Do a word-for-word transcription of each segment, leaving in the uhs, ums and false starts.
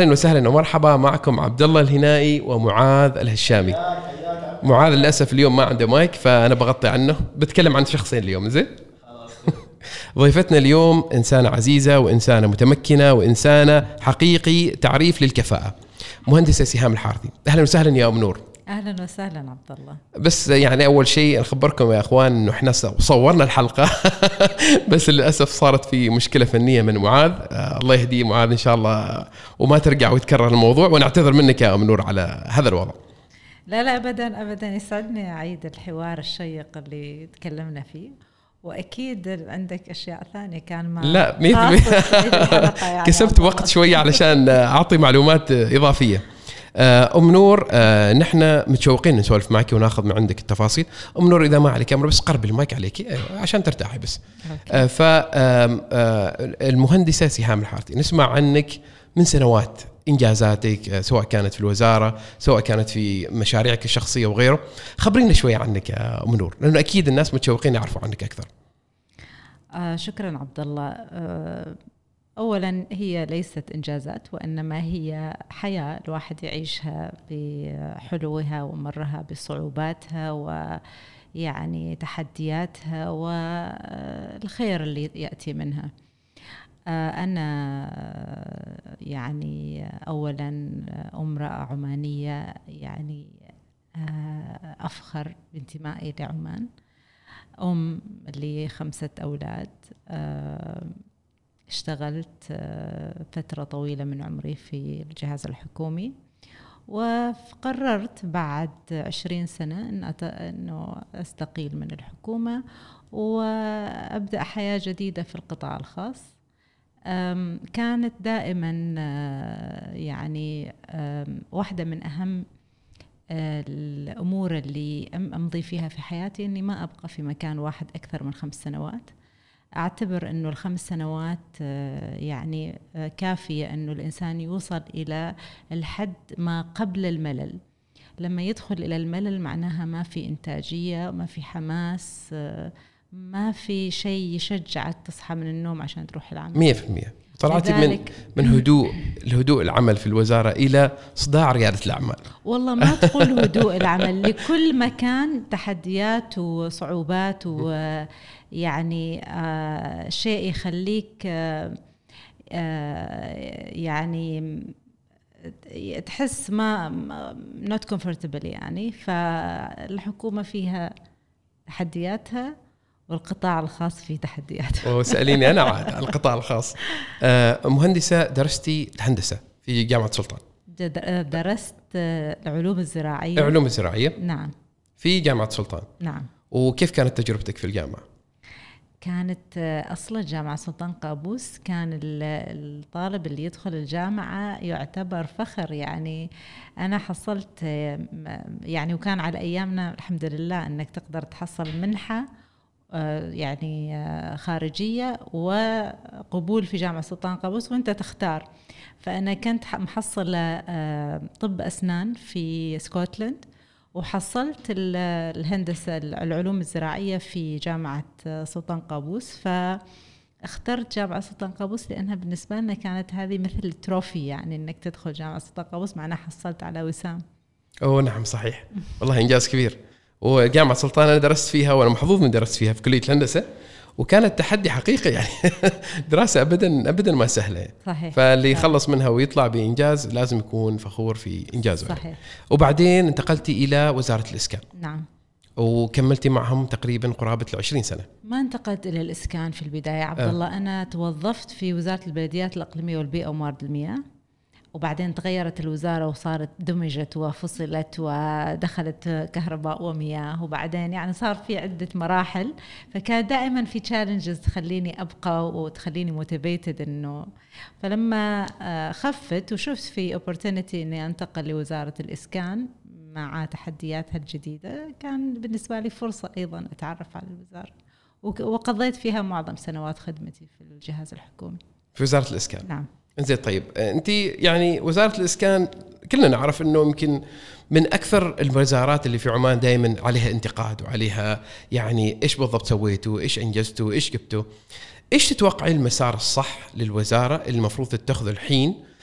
أهلا وسهلا ومرحبا، معكم عبد الله الهنائي ومعاذ الهشامي. معاذ للأسف اليوم ما عنده مايك فأنا بغطي عنه، بتكلم عن شخصين اليوم. زين. ضيفتنا اليوم إنسانة عزيزة وإنسانة متمكنة وإنسانة حقيقي تعريف للكفاءة، مهندسة سهام الحارثي. أهلا وسهلا يا أم نور. أهلا وسهلا عبد الله. بس يعني أول شيء نخبركم يا أخوان إنه إحنا صورنا الحلقة بس للأسف صارت في مشكلة فنية من معاذ. آه الله يهديه معاذ إن شاء الله وما ترجع ويتكرر الموضوع، ونعتذر منك يا أم نور على هذا الوضع. لا لا أبدا أبدا، يسعدني أعيد الحوار الشيق اللي تكلمنا فيه، وأكيد عندك أشياء ثانية كان ما لا يعني كسبت وقت شوية علشان أعطي معلومات إضافية. أم نور، آه نحن متشوقين نسولف معك وناخذ من عندك التفاصيل. أم نور إذا ما عليك كاميرا بس قرب المايك عليك عشان ترتاحي بس. آه فالمهندسة سهام الحارثي، نسمع عنك من سنوات إنجازاتك، سواء كانت في الوزارة سواء كانت في مشاريعك الشخصية وغيره. خبرينا شوية عنك يا أم نور، لأنه أكيد الناس متشوقين يعرفوا عنك أكثر. آه شكرا عبد الله. آه أولا هي ليست إنجازات، وإنما هي حياة الواحد يعيشها بحلوها ومرها بصعوباتها ويعني تحدياتها والخير اللي يأتي منها. أنا يعني أولا امرأة عمانية، يعني أفخر بانتمائي لعمان، أم لخمسة أولاد. اشتغلت فترة طويلة من عمري في الجهاز الحكومي، وقررت بعد عشرين سنة أنه أستقيل من الحكومة وأبدأ حياة جديدة في القطاع الخاص. كانت دائما يعني واحدة من أهم الأمور اللي أمضي فيها في حياتي أني ما أبقى في مكان واحد أكثر من خمس سنوات. أعتبر أنه الخمس سنوات يعني كافية أنه الإنسان يوصل إلى الحد ما قبل الملل. لما يدخل إلى الملل معناها ما في إنتاجية، ما في حماس، ما في شيء يشجعك تصحى من النوم عشان تروح العمل. مية في المية. طلعتي من من هدوء الهدوء العمل في الوزارة إلى صداع ريادة الأعمال. والله ما تقول هدوء العمل، لكل مكان تحديات وصعوبات، ويعني آه شيء يخليك آه آه يعني تحس ما not comfortable يعني. فالحكومة فيها تحدياتها والقطاع الخاص فيه تحديات. وسأليني أنا عاد على القطاع الخاص. مهندسة، درستي الهندسة في جامعة سلطان؟ درست العلوم الزراعية. العلوم الزراعية، نعم، في جامعة سلطان. نعم. وكيف كانت تجربتك في الجامعة؟ كانت أصلا جامعة سلطان قابوس كان الطالب اللي يدخل الجامعة يعتبر فخر. يعني أنا حصلت يعني، وكان على أيامنا الحمد لله أنك تقدر تحصل منحة يعني خارجية وقبول في جامعة سلطان قابوس وانت تختار. فأنا كنت محصلة طب أسنان في اسكتلند، وحصلت الهندسة العلوم الزراعية في جامعة سلطان قابوس. فاخترت جامعة سلطان قابوس لأنها بالنسبة لنا كانت هذه مثل التروفي، يعني أنك تدخل جامعة سلطان قابوس معناها حصلت على وسام. أوه نعم صحيح، والله إنجاز كبير. وجامعة سلطان أنا درست فيها وأنا محظوظ من درست فيها في كلية الهندسة، وكانت تحدي حقيقي يعني دراسة أبدا أبدا ما سهلة. صحيح. فاللي يخلص منها ويطلع بإنجاز لازم يكون فخور في إنجازه. صحيح. يعني. وبعدين انتقلتي إلى وزارة الإسكان. نعم. وكملتي معهم تقريبا قرابة العشرين سنة. ما انتقلت إلى الإسكان في البداية عبد الله. أه. أنا توظفت في وزارة البلديات الإقليمية والبيئة وموارد المياه، وبعدين تغيرت الوزارة وصارت دمجت وفصلت ودخلت كهرباء ومياه، وبعدين يعني صار في عدة مراحل. فكان دائما في تشالنجز تخليني أبقى وتخليني موتيفيتد إنه. فلما خفت وشفت في opportunity إني أنتقل لوزارة الإسكان مع تحدياتها الجديدة، كان بالنسبة لي فرصة أيضا أتعرف على الوزارة، وقضيت فيها معظم سنوات خدمتي في الجهاز الحكومي في وزارة الإسكان. نعم. إنزين طيب، أنت يعني وزارة الإسكان كلنا نعرف إنه يمكن من أكثر الوزارات اللي في عمان دائما عليها انتقاد وعليها يعني إيش بالضبط سويتوا، إيش أنجزتوا، إيش جبتوا. إيش تتوقعي المسار الصح للوزارة اللي المفروض تتخذه الحين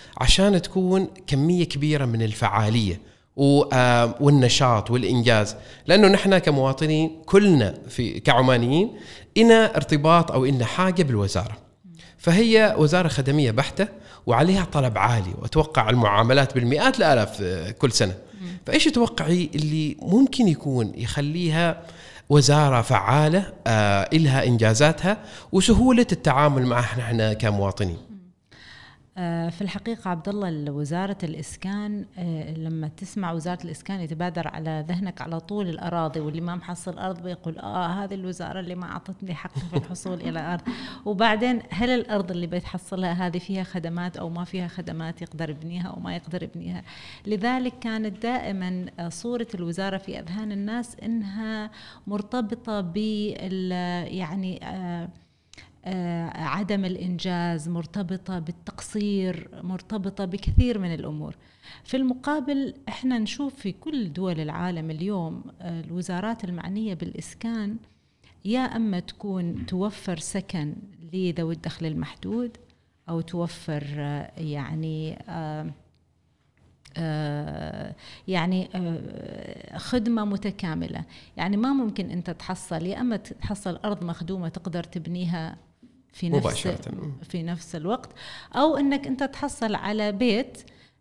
عشان تكون كمية كبيرة من الفعالية والنشاط والإنجاز. لأنه نحن كمواطنين كلنا في كعمانيين إنا ارتباط أو إنا حاجة بالوزارة، فهي وزارة خدمية بحتة وعليها طلب عالي، وأتوقع المعاملات بالمئات الآلاف كل سنة. فإيش تتوقعي اللي ممكن يكون يخليها وزارة فعالة آه إلها إنجازاتها وسهولة التعامل معها نحن كمواطنين؟ في الحقيقة عبد الله، وزارة الإسكان لما تسمع وزارة الإسكان يتبادر على ذهنك على طول الأراضي، واللي ما محصل أرض بيقول آه هذه الوزارة اللي ما أعطتني حق في الحصول إلى أرض. وبعدين هل الأرض اللي بيتحصلها هذه فيها خدمات أو ما فيها خدمات، يقدر يبنيها أو ما يقدر يبنيها؟ لذلك كانت دائما صورة الوزارة في أذهان الناس إنها مرتبطة بال يعني آه آه عدم الإنجاز، مرتبطة بالتقصير، مرتبطة بكثير من الأمور. في المقابل إحنا نشوف في كل دول العالم اليوم آه الوزارات المعنية بالإسكان يا أما تكون توفر سكن لذوي الدخل المحدود، أو توفر آه يعني آه آه يعني آه خدمة متكاملة. يعني ما ممكن أنت تحصل يا أما تحصل أرض مخدومة تقدر تبنيها في نفس في نفس الوقت، أو أنك أنت تحصل على بيت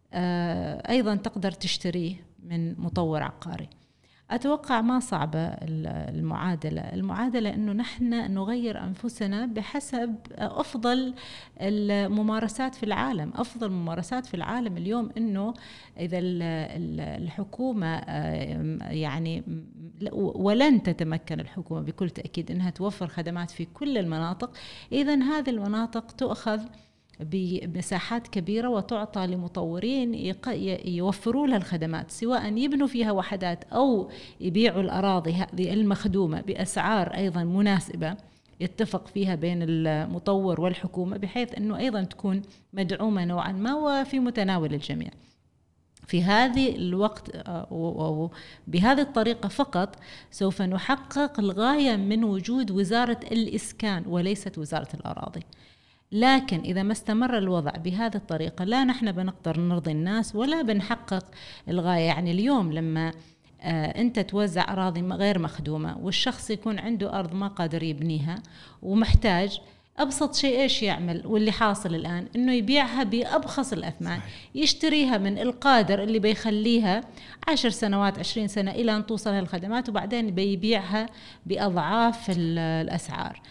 آه أيضا تقدر تشتريه من مطور عقاري. أتوقع ما صعبة المعادلة المعادلة أنه نحن نغير أنفسنا بحسب أفضل الممارسات في العالم. أفضل ممارسات في العالم اليوم أنه إذا الحكومة يعني ولن تتمكن الحكومة بكل تأكيد أنها توفر خدمات في كل المناطق، إذن هذه المناطق تؤخذ بمساحات كبيرة وتعطى لمطورين يوفروا لها الخدمات، سواء يبنوا فيها وحدات أو يبيعوا الأراضي هذه المخدومة بأسعار أيضا مناسبة يتفق فيها بين المطور والحكومة، بحيث أنه أيضا تكون مدعومة نوعا ما وفي متناول الجميع. في هذه الوقت أو بهذه الطريقة فقط سوف نحقق الغاية من وجود وزارة الإسكان وليست وزارة الأراضي. لكن إذا ما استمر الوضع بهذه الطريقة لا نحن بنقدر نرضي الناس ولا بنحقق الغاية. يعني اليوم لما آه أنت توزع أراضي غير مخدومة والشخص يكون عنده أرض ما قادر يبنيها ومحتاج، أبسط شيء إيش يعمل؟ واللي حاصل الآن إنه يبيعها بأبخس الأثمان. صحيح. يشتريها من القادر اللي بيخليها عشر سنوات عشرين سنة إلى أن توصلها الخدمات، وبعدين بيبيعها بأضعاف الأسعار.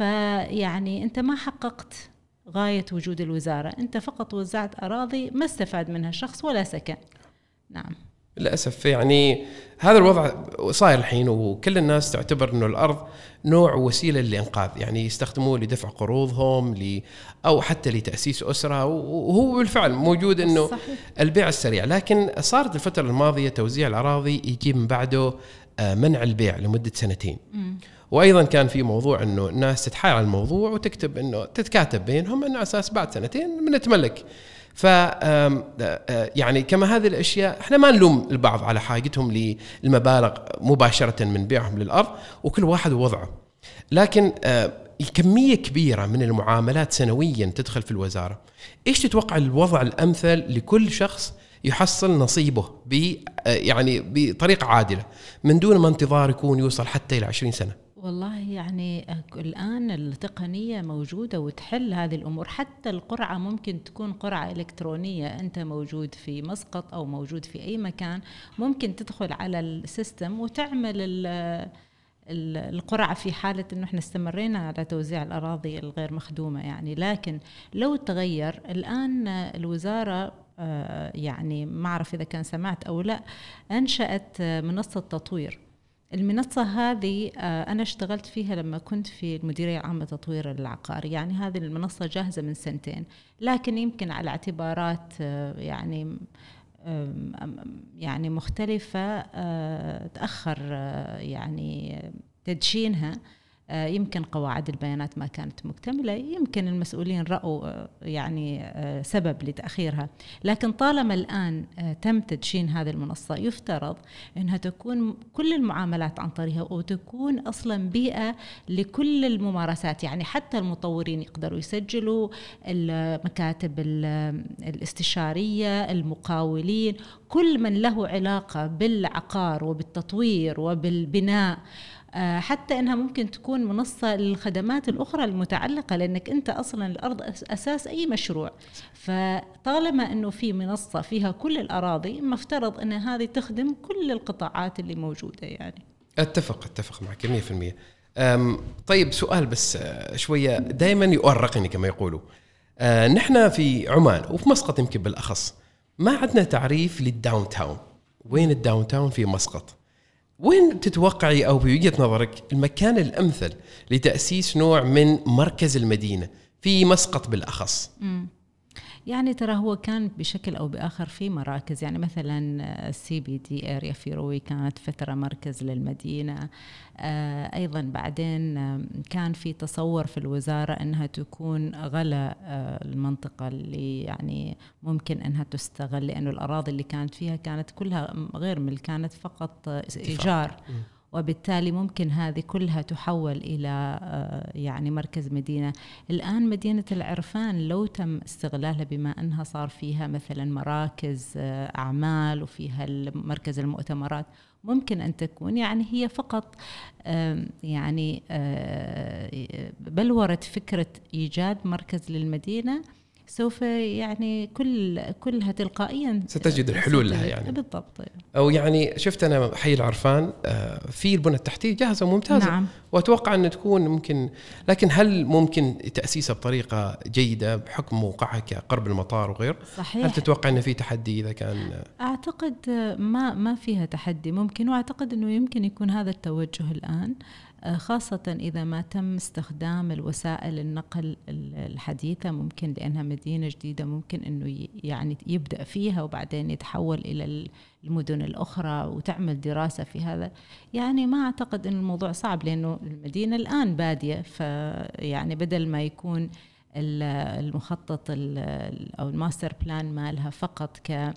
فيعني أنت ما حققت غاية وجود الوزارة، أنت فقط وزعت أراضي ما استفاد منها شخص ولا سكن. نعم للأسف يعني هذا الوضع صاير الحين، وكل الناس تعتبر أنه الأرض نوع وسيلة للإنقاذ، يعني يستخدموه لدفع قروضهم ل أو حتى لتأسيس أسرة، وهو بالفعل موجود أنه صحيح. البيع السريع. لكن صارت الفترة الماضية توزيع الأراضي يجي من بعده منع البيع لمدة سنتين. م. وأيضا كان في موضوع أنه الناس تتحايل على الموضوع وتكتب أنه تتكاتب بينهم أنه أساس بعد سنتين بنتملك. ف يعني كما هذه الأشياء احنا ما نلوم البعض على حاجتهم للمبالغ مباشرة من بيعهم للأرض، وكل واحد ووضعه. لكن كمية كبيرة من المعاملات سنويا تدخل في الوزارة. ايش تتوقع الوضع الأمثل لكل شخص يحصل نصيبه ب يعني بطريقة عادلة من دون ما انتظار يكون يوصل حتى إلى عشرين سنة؟ والله يعني الآن التقنية موجودة وتحل هذه الأمور. حتى القرعة ممكن تكون قرعة إلكترونية، أنت موجود في مسقط أو موجود في أي مكان ممكن تدخل على السيستم وتعمل القرعة في حالة أنه احنا استمرينا على توزيع الأراضي الغير مخدومة. يعني لكن لو تغير الآن الوزارة يعني ما أعرف إذا كان سمعت أو لا، أنشأت منصة تطوير. المنصة هذه أنا اشتغلت فيها لما كنت في المديرية العامة لتطوير العقاري. يعني هذه المنصة جاهزة من سنتين، لكن يمكن على اعتبارات يعني يعني مختلفة تأخر يعني تدشينها يمكن قواعد البيانات ما كانت مكتملة، يمكن المسؤولين رأوا يعني سبب لتأخيرها. لكن طالما الآن تم تدشين هذه المنصة يفترض أنها تكون كل المعاملات عن طريقها، وتكون أصلا بيئة لكل الممارسات. يعني حتى المطورين يقدروا يسجلوا، المكاتب الاستشارية، المقاولين، كل من له علاقة بالعقار وبالتطوير وبالبناء، حتى إنها ممكن تكون منصة للخدمات الأخرى المتعلقة، لأنك أنت أصلا الأرض أساس أي مشروع. فطالما أنه في منصة فيها كل الأراضي، مفترض أن هذه تخدم كل القطاعات اللي موجودة. يعني أتفق أتفق معك مية في المية. طيب سؤال بس شوية دائما يؤرقني كما يقولوا. أه نحن في عمان وفي مسقط يمكن بالأخص ما عندنا تعريف للداون تاون. وين الداون تاون في مسقط؟ وين تتوقعي أو بوجهة نظرك المكان الأمثل لتأسيس نوع من مركز المدينة في مسقط بالأخص؟ م. يعني ترى هو كان بشكل أو بآخر في مراكز، يعني مثلا السي بي دي اريا في روي كانت فترة مركز للمدينة. أيضا بعدين كان في تصور في الوزارة أنها تكون غلا المنطقة اللي يعني ممكن أنها تستغل، لأنه الأراضي اللي كانت فيها كانت كلها غير ملك، كانت فقط إيجار، وبالتالي ممكن هذه كلها تحول إلى يعني مركز مدينة. الآن مدينة العرفان لو تم استغلالها بما أنها صار فيها مثلا مراكز أعمال وفيها مركز المؤتمرات، ممكن أن تكون يعني هي فقط يعني بلورة فكرة إيجاد مركز للمدينة، سوف يعني كل كلها تلقائيا ستجد الحلول لها. يعني بالضبط. أو يعني شفت أنا حي العرفان في البنى التحتية جاهزة وممتازة. نعم. وأتوقع أن تكون ممكن، لكن هل ممكن تأسيسها بطريقة جيدة بحكم موقعها كقرب المطار وغير؟ صحيح. هل تتوقع أن في تحدي إذا كان؟ أعتقد ما ما فيها تحدي ممكن، وأعتقد أنه يمكن يكون هذا التوجه الآن، خاصة إذا ما تم استخدام الوسائل النقل الحديثة. ممكن لأنها مدينة جديدة ممكن أنه يعني يبدأ فيها وبعدين يتحول إلى المدن الأخرى وتعمل دراسة في هذا. يعني ما أعتقد أن الموضوع صعب، لأنه المدينة الآن بادية، فيعني بدل ما يكون المخطط أو الماستر بلان مالها فقط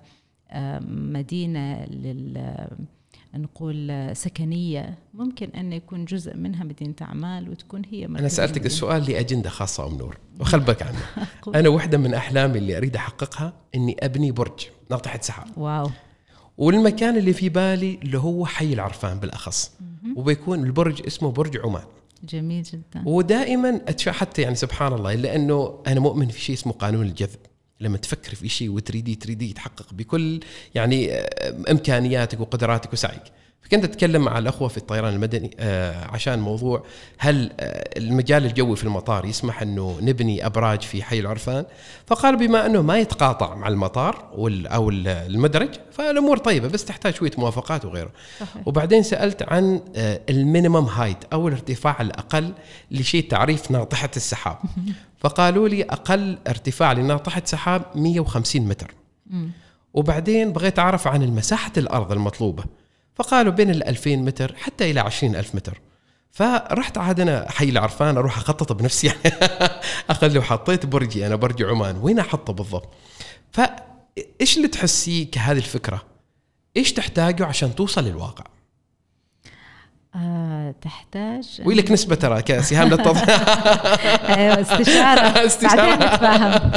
كمدينة لل نقول سكنية، ممكن أن يكون جزء منها مدينة أعمال وتكون هي مركز. أنا سألتك مدينة. السؤال لأجندة خاصة أم نور، وخلبك عنه. أنا واحدة من أحلامي اللي أريد أحققها إني أبني برج ناطحة سحاب. واو. والمكان اللي في بالي اللي هو حي العرفان بالأخص، وبيكون البرج اسمه برج عمان. جميل جدا. ودائما أتشاء حتى يعني سبحان الله، لأنه أنا مؤمن في شيء اسمه قانون الجذب. لما تفكر في شيء وتريدي تريدي يتحقق بكل يعني إمكانياتك وقدراتك وسعيك. فكنت أتكلم مع الأخوة في الطيران المدني عشان موضوع هل المجال الجوي في المطار يسمح أنه نبني أبراج في حي العرفان، فقال بما أنه ما يتقاطع مع المطار أو المدرج فالأمور طيبة، بس تحتاج شوية موافقات وغيره. صحيح. وبعدين سألت عن المينيمم هايت أو الارتفاع الأقل لشيء تعريف ناطحة السحاب، فقالوا لي أقل ارتفاع لناطحة سحاب مية وخمسين متر. م. وبعدين بغيت أعرف عن المساحة الأرض المطلوبة، فقالوا بين الألفين متر حتى إلى عشرين ألف متر. فرحت عادنا حي العرفان أروح أخطط بنفسي يعني أقل لو حطيت برجي أنا برج عمان وين أحطه بالضبط؟ فإيش اللي تحسيه كهذه الفكرة؟ إيش تحتاجه عشان توصل للواقع؟ آه، تحتاج ويلك نسبة ترى كسهام للتض أيوة استشارة بعدين نتفاهم.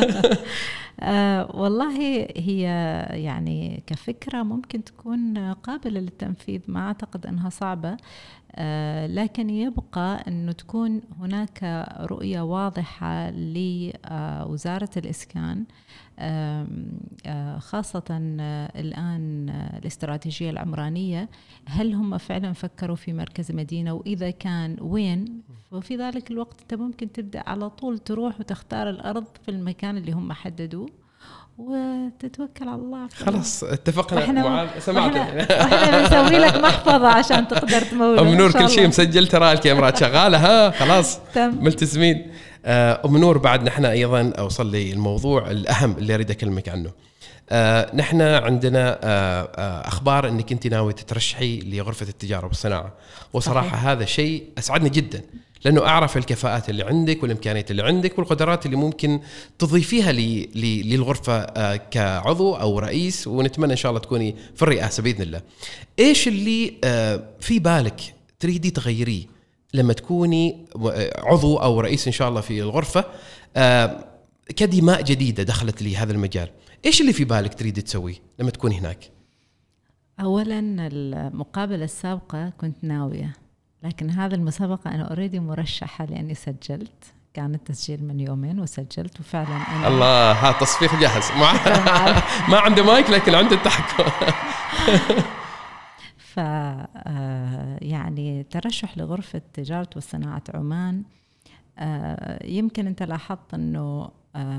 آه والله هي يعني كفكرة ممكن تكون قابلة للتنفيذ، ما أعتقد أنها صعبة، آه لكن يبقى أنه تكون هناك رؤية واضحة لوزارة الإسكان، آه آه خاصة الآن الاستراتيجية العمرانية. هل هم فعلا فكروا في مركز مدينة؟ وإذا كان وين؟ وفي ذلك الوقت أنت ممكن تبدأ على طول تروح وتختار الأرض في المكان اللي هم حددوه وتتوكل على الله. خلاص اتفقنا. معاذ سمعت احنا بنسوي لك محفظة عشان تقدر تمول. أم نور كل شيء مسجل، ترى الكاميرات شغالة، ها خلاص ملتزمين. أم نور بعد نحن أيضا أوصل لي الموضوع الأهم اللي أريد أكلمك عنه. آه نحن عندنا آه آه أخبار أنك أنت ناوي تترشحي لغرفة التجارة والصناعة، وصراحة صحيح. هذا شيء أسعدني جدا، لأنه أعرف الكفاءات اللي عندك والإمكانيات اللي عندك والقدرات اللي ممكن تضيفيها لي لي للغرفة آه كعضو أو رئيس، ونتمنى إن شاء الله تكوني في الرئاسة بإذن الله. إيش اللي آه في بالك تريدي تغيريه لما تكوني عضو أو رئيس إن شاء الله في الغرفة آه كدماء جديدة دخلت لي هذا المجال؟ إيش اللي في بالك تريد تسويه لما تكون هناك؟ أولاً المقابلة السابقة كنت ناوية، لكن هذا المسابقة أنا أريد مرشحة لأني سجلت، كان التسجيل من يومين وسجلت وفعلاً أنا الله، ها تصفيق جاهز ما عنده مايك لكن عنده التحكم. ف يعني ترشح لغرفة تجارة وصناعة عمان، يمكن أنت لاحظت أنه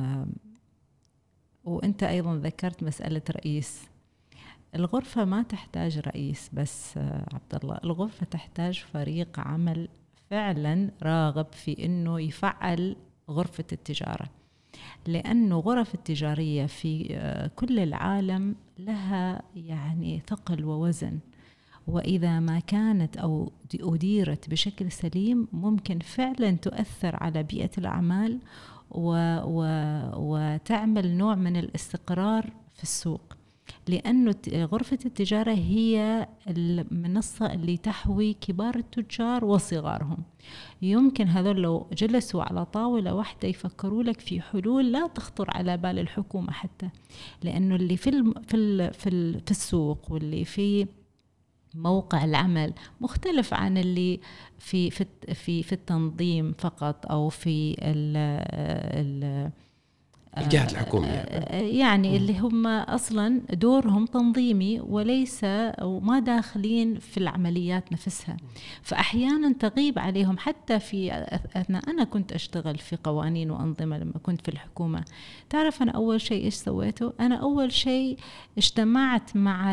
وأنت أيضاً ذكرت مسألة رئيس. الغرفة ما تحتاج رئيس بس عبد الله، الغرفة تحتاج فريق عمل فعلاً راغب في أنه يفعل غرفة التجارة، لأنه غرف التجارية في كل العالم لها يعني ثقل ووزن، وإذا ما كانت أو أديرت بشكل سليم ممكن فعلاً تؤثر على بيئة الأعمال و و وتعمل نوع من الاستقرار في السوق، لأنه غرفة التجارة هي المنصة اللي تحوي كبار التجار وصغارهم. يمكن هذول لو جلسوا على طاولة واحدة يفكروا لك في حلول لا تخطر على بال الحكومة حتى، لأنه اللي في الم في ال في, ال في السوق واللي في موقع العمل مختلف عن اللي في في في, في التنظيم فقط أو في ال ال الجهات الحكومية، يعني اللي هم أصلاً دورهم تنظيمي وليس وما داخلين في العمليات نفسها، فأحياناً تغيب عليهم. حتى في أثناء أنا كنت أشتغل في قوانين وأنظمة لما كنت في الحكومة، تعرف أنا أول شيء إيش سويته؟ أنا أول شيء اجتمعت مع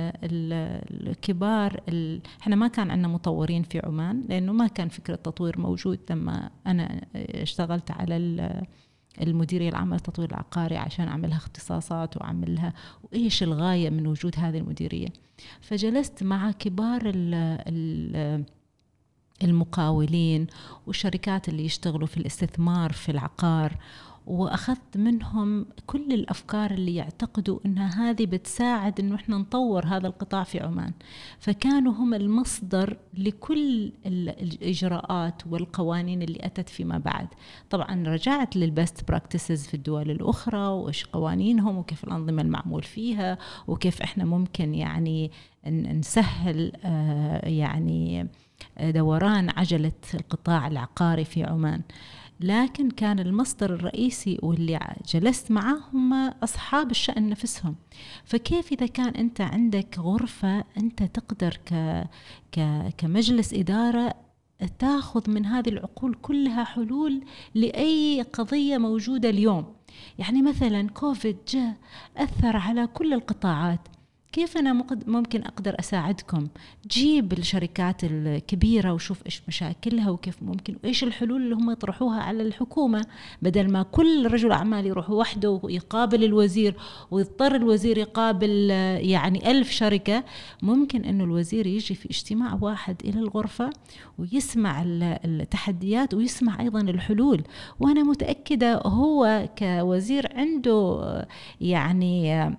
الكبار ال... إحنا ما كان عندنا مطورين في عمان لأنه ما كان فكرة تطوير موجود لما أنا اشتغلت على ال... المديرية العامة للتطوير العقاري عشان أعملها اختصاصات وأعملها وإيش الغاية من وجود هذه المديرية. فجلست مع كبار ال ال المقاولين والشركات اللي يشتغلوا في الاستثمار في العقار، وأخذت منهم كل الأفكار اللي يعتقدوا أنها هذه بتساعد أنه إحنا نطور هذا القطاع في عمان، فكانوا هم المصدر لكل الإجراءات والقوانين اللي أتت فيما بعد. طبعا رجعت للبست براكتسز في الدول الأخرى وإيش قوانينهم وكيف الأنظمة المعمول فيها وكيف إحنا ممكن يعني نسهل يعني دوران عجلة القطاع العقاري في عمان. لكن كان المصدر الرئيسي واللي جلست معهم أصحاب الشأن نفسهم. فكيف إذا كان أنت عندك غرفة أنت تقدر ك... ك... كمجلس إدارة تأخذ من هذه العقول كلها حلول لأي قضية موجودة اليوم؟ يعني مثلا كوفيد جاء أثر على كل القطاعات، كيف أنا ممكن أقدر أساعدكم؟ جيب الشركات الكبيرة وشوف إيش مشاكلها وكيف ممكن وإيش الحلول اللي هم يطرحوها على الحكومة، بدل ما كل رجل أعمال يروح وحده ويقابل الوزير ويضطر الوزير يقابل يعني ألف شركة. ممكن أنه الوزير يجي في اجتماع واحد إلى الغرفة ويسمع التحديات ويسمع أيضا الحلول. وأنا متأكدة هو كوزير عنده يعني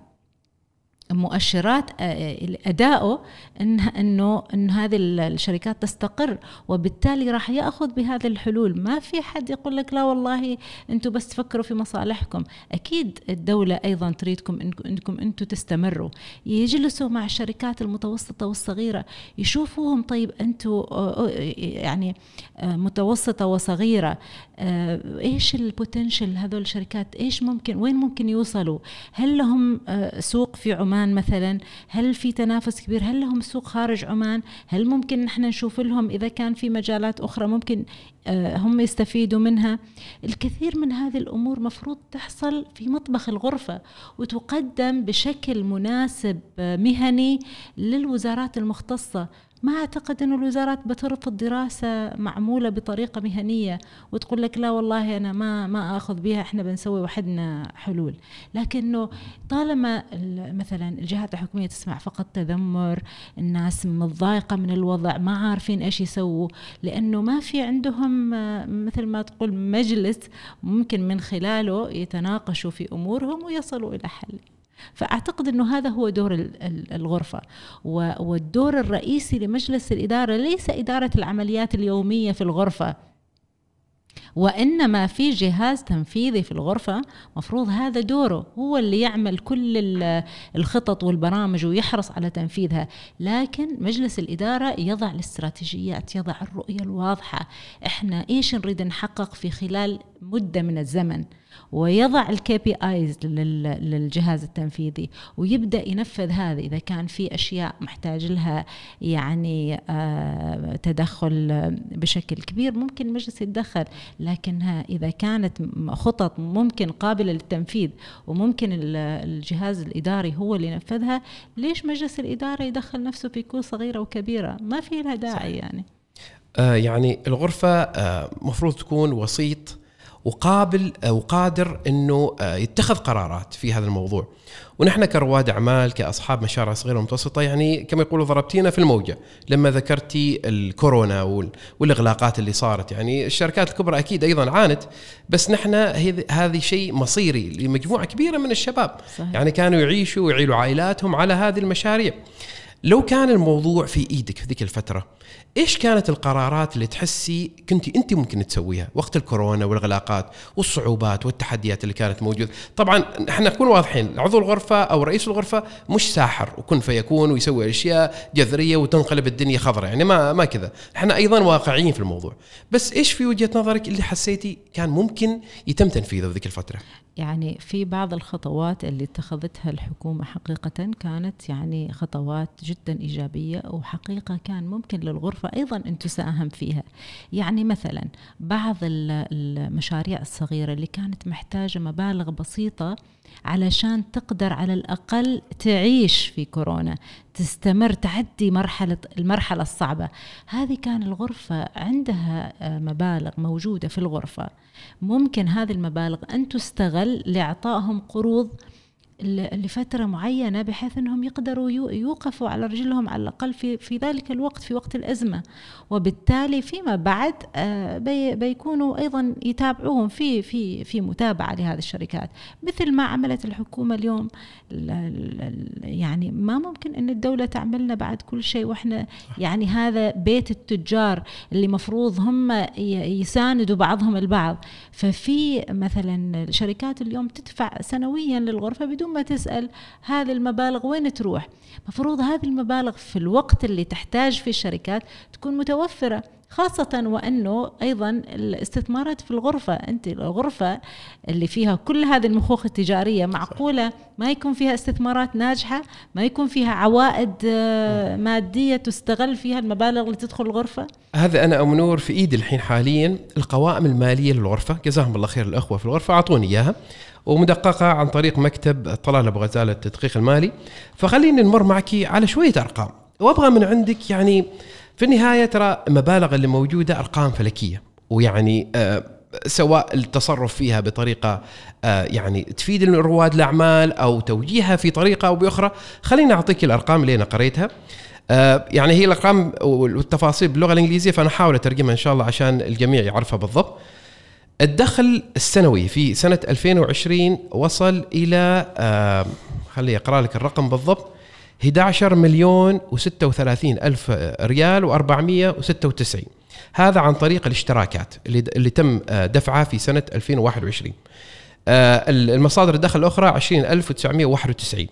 مؤشرات أداؤه إنه إنه إن هذه الشركات تستقر، وبالتالي راح يأخذ بهذه الحلول. ما في حد يقول لك لا والله أنتوا بس تفكروا في مصالحكم. أكيد الدولة أيضا تريدكم إنكم أنتوا تستمروا. يجلسوا مع الشركات المتوسطة والصغيرة يشوفوهم، طيب أنتوا يعني متوسطة وصغيرة إيش البوتنشل هذول الشركات، إيش ممكن وين ممكن يوصلوا؟ هل لهم سوق في عمان مثلا؟ هل في تنافس كبير؟ هل لهم سوق خارج عمان؟ هل ممكن نحن نشوف لهم إذا كان في مجالات أخرى ممكن هم يستفيدوا منها؟ الكثير من هذه الأمور مفروض تحصل في مطبخ الغرفة وتقدم بشكل مناسب مهني للوزارات المختصة، ما أعتقد أن الوزارات بترفض دراسة معمولة بطريقة مهنية وتقول لك لا والله أنا ما ما أخذ بها، إحنا بنسوي وحدنا حلول. لكنه طالما مثلا الجهات الحكومية تسمع فقط تذمر، الناس متضايقة من الوضع، ما عارفين إيش يسووا، لأنه ما في عندهم مثل ما تقول مجلس ممكن من خلاله يتناقشوا في أمورهم ويصلوا إلى حل. فأعتقد أنه هذا هو دور الغرفة، والدور الرئيسي لمجلس الإدارة ليس إدارة العمليات اليومية في الغرفة، وإنما في جهاز تنفيذي في الغرفة مفروض هذا دوره، هو اللي يعمل كل الخطط والبرامج ويحرص على تنفيذها. لكن مجلس الإدارة يضع الاستراتيجيات، يضع الرؤية الواضحة، إحنا إيش نريد نحقق في خلال مدة من الزمن، ويضع الكي بي آيز للجهاز التنفيذي ويبدأ ينفذ هذا. إذا كان في أشياء محتاج لها يعني آه تدخل بشكل كبير ممكن مجلس يتدخل، لكنها إذا كانت خطط ممكن قابلة للتنفيذ وممكن الجهاز الإداري هو اللي ينفذها، ليش مجلس الإدارة يدخل نفسه في كل صغيرة وكبيرة؟ ما في لها داعي. يعني آه يعني الغرفة آه مفروض تكون وسيط وقابل وقادر أنه يتخذ قرارات في هذا الموضوع. ونحن كرواد أعمال كأصحاب مشاريع صغيرة ومتوسطة يعني كما يقولوا ضربتينا في الموجة لما ذكرتي الكورونا والإغلاقات اللي صارت. يعني الشركات الكبرى أكيد أيضا عانت، بس نحن هذه شيء مصيري لمجموعة كبيرة من الشباب. صحيح. يعني كانوا يعيشوا ويعيلوا عائلاتهم على هذه المشاريع. لو كان الموضوع في إيدك في ذيك الفترة، إيش كانت القرارات اللي تحسي كنتي أنت ممكن تسويها وقت الكورونا والإغلاقات والصعوبات والتحديات اللي كانت موجودة؟ طبعا احنا نكون واضحين، عضو الغرفة أو رئيس الغرفة مش ساحر وكن فيكون ويسوي أشياء جذرية وتنقلب الدنيا خضراء، يعني ما ما كذا. احنا أيضا واقعيين في الموضوع. بس إيش في وجهة نظرك اللي حسيتي كان ممكن يتم تنفيذه في ذيك الفترة؟ يعني في بعض الخطوات اللي اتخذتها الحكومة حقيقة كانت يعني خطوات جدا إيجابية، وحقيقة كان ممكن للغرفة أيضا أن تساهم فيها. يعني مثلا بعض المشاريع الصغيرة اللي كانت محتاجة مبالغ بسيطة علشان تقدر على الأقل تعيش في كورونا، تستمر، تعدي مرحلة المرحلة الصعبة هذه، كان الغرفة عندها مبالغ موجودة في الغرفة ممكن هذه المبالغ أن تستغل لإعطائهم قروض لفترة معينة بحيث أنهم يقدروا يوقفوا على رجلهم على الأقل في في ذلك الوقت، في وقت الأزمة. وبالتالي فيما بعد بي بيكونوا أيضا يتابعوهم في في في متابعة لهذه الشركات مثل ما عملت الحكومة اليوم. يعني ما ممكن أن الدولة تعملنا بعد كل شيء وإحنا يعني هذا بيت التجار اللي مفروض هم يساندوا بعضهم البعض. ففي مثلا الشركات اليوم تدفع سنويا للغرفة بدون ما تسأل هذه المبالغ وين تروح. مفروض هذه المبالغ في الوقت اللي تحتاج في الشركات تكون متوفرة، خاصة وأنه أيضا الاستثمارات في الغرفة، أنت الغرفة اللي فيها كل هذه المخوخ التجارية معقولة ما يكون فيها استثمارات ناجحة، ما يكون فيها عوائد مادية تستغل فيها المبالغ اللي تدخل الغرفة؟ هذا أنا أم نور في إيدي الحين حاليا القوائم المالية للغرفة، جزاهم الله خير الأخوة في الغرفة أعطوني إياها ومدققة عن طريق مكتب طلال أبو غزالة التدقيق المالي. فخليني نمر معك على شوية أرقام وأبغى من عندك. يعني في النهاية ترى المبالغ اللي موجودة أرقام فلكية، ويعني آه سواء التصرف فيها بطريقة آه يعني تفيد رواد الأعمال أو توجيهها في طريقة أو بأخرى. خليني أعطيك الأرقام اللي أنا قريتها. آه يعني هي الأرقام والتفاصيل باللغة الإنجليزية فأنا حاول أترجمها إن شاء الله عشان الجميع يعرفها بالضبط. الدخل السنوي في سنة ألفين وعشرين وصل إلى آه خلي أقرأ لك الرقم بالضبط، أحد عشر مليون وستة وثلاثين ألف ريال وأربعمية وستة وتسعين. هذا عن طريق الاشتراكات اللي, اللي تم دفعها في سنة ألفين وواحد وعشرين. المصادر الدخل الأخرى عشرين ألف وتسعمية وواحد وتسعين.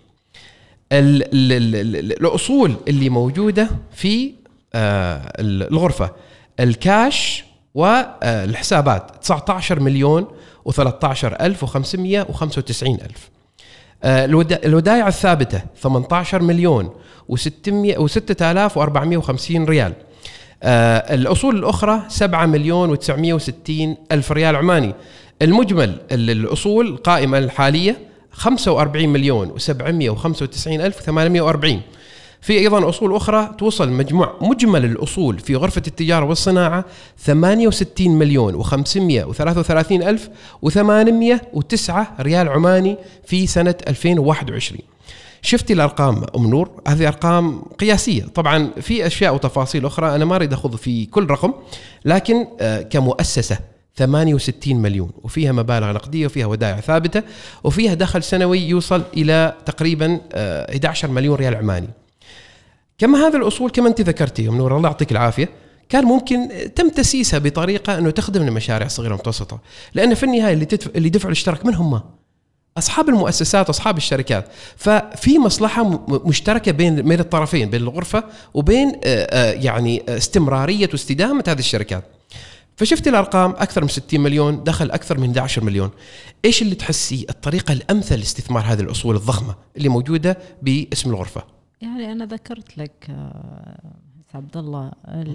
الأصول اللي موجودة في الغرفة الكاش والحسابات تسعة عشر مليون وثلاثة عشر ألف وخمسمية وخمسة وتسعين ألف. الودائع الثابتة ثمانية عشر مليون وستة آلاف وأربعمية وخمسين ريال. الأصول الأخرى سبعة مليون وتسعمية وستين ألف ريال عماني. المجمل الأصول القائمة الحالية خمسة وأربعين مليون وسبعمية وخمسة وتسعين ألف وثمانمية وأربعين. في أيضا أصول أخرى توصل مجموع مجمل الأصول في غرفة التجارة والصناعة ثمانية وستين مليون وخمسمائة وثلاثة وثلاثين ألف وثمانمائة وتسعة ريال عماني في سنة ألفين وواحد وعشرين. شفتي الأرقام أم نور؟ هذه أرقام قياسية، طبعا في أشياء وتفاصيل أخرى أنا ما أريد أخوض في كل رقم، لكن كمؤسسة ثمانية وستين مليون وفيها مبالغ نقدية وفيها ودائع ثابتة وفيها دخل سنوي يوصل إلى تقريبا أحد عشر مليون ريال عماني. كما هذا الأصول كما أنت ذكرتي أم نور الله يعطيك العافية كان ممكن تم تسييسها بطريقة أنه تخدم المشاريع الصغيرة والمتوسطة، لأن في النهاية اللي, تدفع اللي دفع الاشتراك من هم؟ أصحاب المؤسسات أصحاب الشركات. ففي مصلحة مشتركة بين بين الطرفين، بين الغرفة وبين يعني استمرارية واستدامة هذه الشركات. فشفت الأرقام أكثر من ستين مليون دخل أكثر من أحد عشر مليون. إيش اللي تحسي الطريقة الأمثل لاستثمار هذه الأصول الضخمة اللي موجودة باسم الغرفة؟ يعني أنا ذكرت لك عبد الله،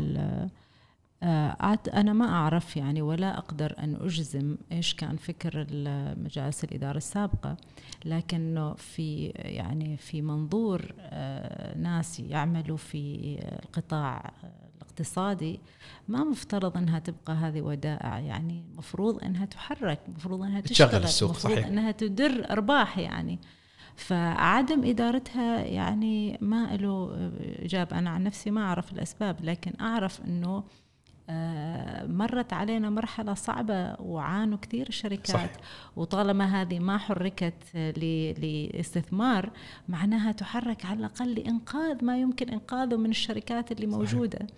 أنا ما أعرف يعني ولا أقدر أن أجزم إيش كان فكر مجالس الإدارة السابقة، لكنه في يعني في منظور ناس يعملوا في القطاع الاقتصادي ما مفترض أنها تبقى هذه ودائع، يعني مفروض أنها تحرك، مفروض أنها تشتغل، السوق، مفروض صحيح. أنها تدر أرباح يعني. فعدم إدارتها يعني ما له إجابة. أنا عن نفسي ما أعرف الأسباب، لكن أعرف أنه مرت علينا مرحلة صعبة وعانوا كثير الشركات، صحيح. وطالما هذه ما حركت لاستثمار معناها تحرك على الأقل لإنقاذ ما يمكن إنقاذه من الشركات اللي موجودة، صحيح.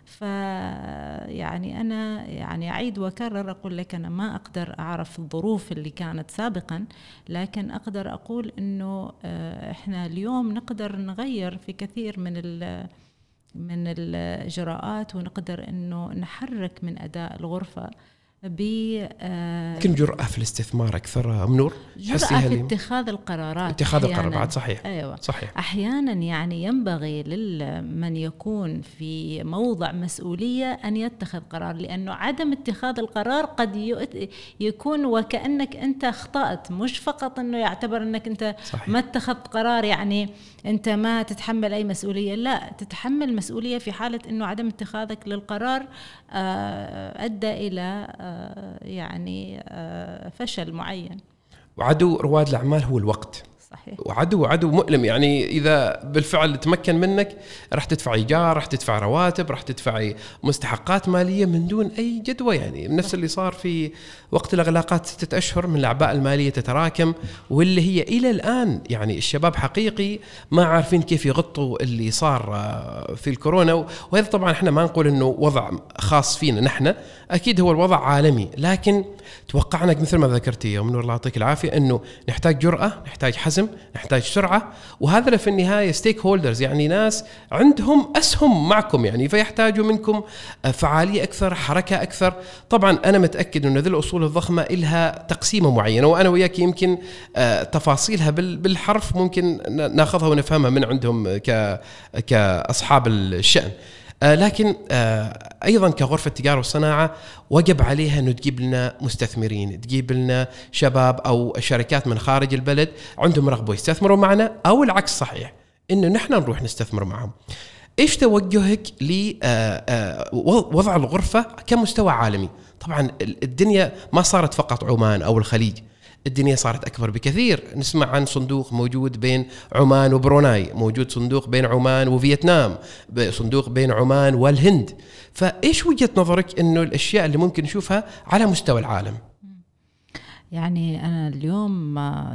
فيعني أنا يعني أعيد وأكرر أقول لك أنا ما أقدر أعرف الظروف اللي كانت سابقا، لكن أقدر أقول إنه إحنا اليوم نقدر نغير في كثير من ال من الإجراءات، ونقدر إنه نحرك من أداء الغرفة ب يمكن جرأة في الاستثمار أكثر أم نور؟ جرأة في اتخاذ القرارات، اتخاذ القرارات، صحيح. أيوة. صحيح. أحيانا يعني ينبغي لمن يكون في موضع مسؤولية أن يتخذ قرار، لأنه عدم اتخاذ القرار قد يكون وكأنك أنت أخطأت، مش فقط أنه يعتبر أنك أنت صحيح. ما اتخذت قرار يعني أنت ما تتحمل أي مسؤولية، لا، تتحمل مسؤولية في حالة أنه عدم اتخاذك للقرار أدى إلى يعني فشل معين. وعدو رواد الأعمال هو الوقت، صحيح. وعدو عدو مؤلم، يعني إذا بالفعل تمكن منك راح تدفع إيجار، راح تدفع رواتب، راح تدفع مستحقات مالية من دون أي جدوى، يعني نفس اللي صار في وقت الإغلاقات ستة أشهر من الأعباء المالية تتراكم، واللي هي إلى الآن يعني الشباب حقيقي ما عارفين كيف يغطوا اللي صار في الكورونا. وهذا طبعا احنا ما نقول إنه وضع خاص فينا نحن، أكيد هو الوضع عالمي، لكن توقعنا مثل ما ذكرتي يا منور الله يعطيك العافية إنه نحتاج جرأة، نحتاج حزم، نحتاج سرعة، وهذا في النهاية ستيك هولدرز، يعني ناس عندهم أسهم معكم، يعني فيحتاجوا منكم فعالية أكثر، حركة أكثر. طبعا أنا متأكد إنه ذي الأصول الضخمة إلها تقسيمة معينة، وأنا وياك يمكن تفاصيلها بالحرف ممكن ناخذها ونفهمها من عندهم كأصحاب الشأن، لكن أيضا كغرفة تجارة والصناعة وجب عليها أنه تجيب لنا مستثمرين، تجيب لنا شباب أو شركات من خارج البلد عندهم رغبة يستثمروا معنا، أو العكس صحيح أنه نحن نروح نستثمر معهم. إيش توجهك لوضع الغرفة كمستوى عالمي؟ طبعا الدنيا ما صارت فقط عمان أو الخليج، الدنيا صارت أكبر بكثير. نسمع عن صندوق موجود بين عمان وبروناي، موجود صندوق بين عمان وفيتنام، صندوق بين عمان والهند. فإيش وجهة نظرك إنه الأشياء اللي ممكن نشوفها على مستوى العالم؟ يعني أنا اليوم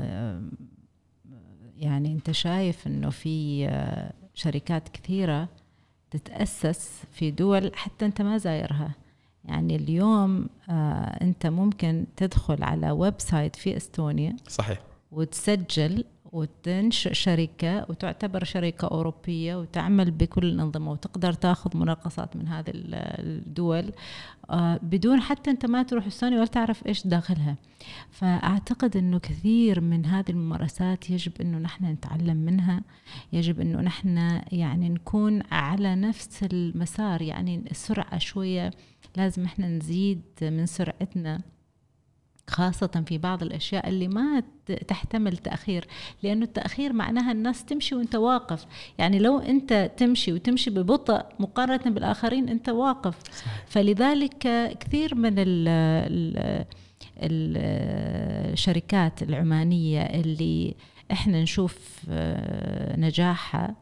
يعني أنت شايف إنه في شركات كثيرة تتأسس في دول حتى أنت ما زايرها. يعني اليوم آه أنت ممكن تدخل على ويب سايت في إستونيا، صحيح، وتسجل وتنشئ شركة وتعتبر شركة أوروبية وتعمل بكل الأنظمة، وتقدر تأخذ مناقصات من هذه الدول آه بدون حتى أنت ما تروح إستونيا ولا تعرف إيش داخلها. فأعتقد أنه كثير من هذه الممارسات يجب أنه نحن نتعلم منها، يجب أنه نحن يعني نكون على نفس المسار، يعني السرعة شوية لازم احنا نزيد من سرعتنا خاصة في بعض الأشياء اللي ما تحتمل تأخير، لأنه التأخير معناها الناس تمشي وانت واقف. يعني لو انت تمشي وتمشي ببطء مقارنة بالآخرين انت واقف. فلذلك كثير من ال ال الشركات العمانية اللي احنا نشوف نجاحها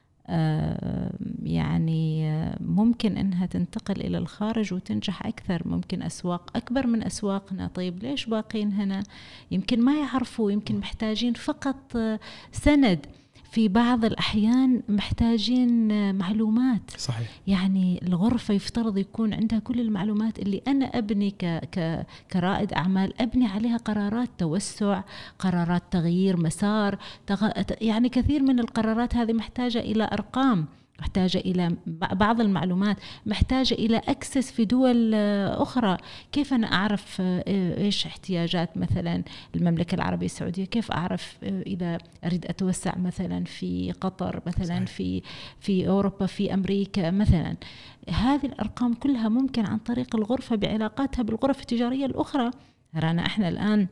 يعني ممكن انها تنتقل الى الخارج وتنجح اكثر، ممكن اسواق اكبر من اسواقنا. طيب ليش باقين هنا؟ يمكن ما يعرفوا، يمكن محتاجين فقط سند، في بعض الأحيان محتاجين معلومات. صحيح. يعني الغرفة يفترض يكون عندها كل المعلومات اللي أنا أبني ك ك كرائد أعمال، أبني عليها قرارات توسع، قرارات تغيير مسار، تغ... يعني كثير من القرارات هذه محتاجة إلى أرقام، محتاجة إلى بعض المعلومات، محتاجة إلى أكسس في دول أخرى. كيف أنا أعرف إيش احتياجات مثلا المملكة العربية السعودية؟ كيف أعرف إذا أريد أتوسع مثلا في قطر مثلا، في في أوروبا، في أمريكا مثلا؟ هذه الأرقام كلها ممكن عن طريق الغرفة بعلاقاتها بالغرف التجارية الأخرى. رانا إحنا الآن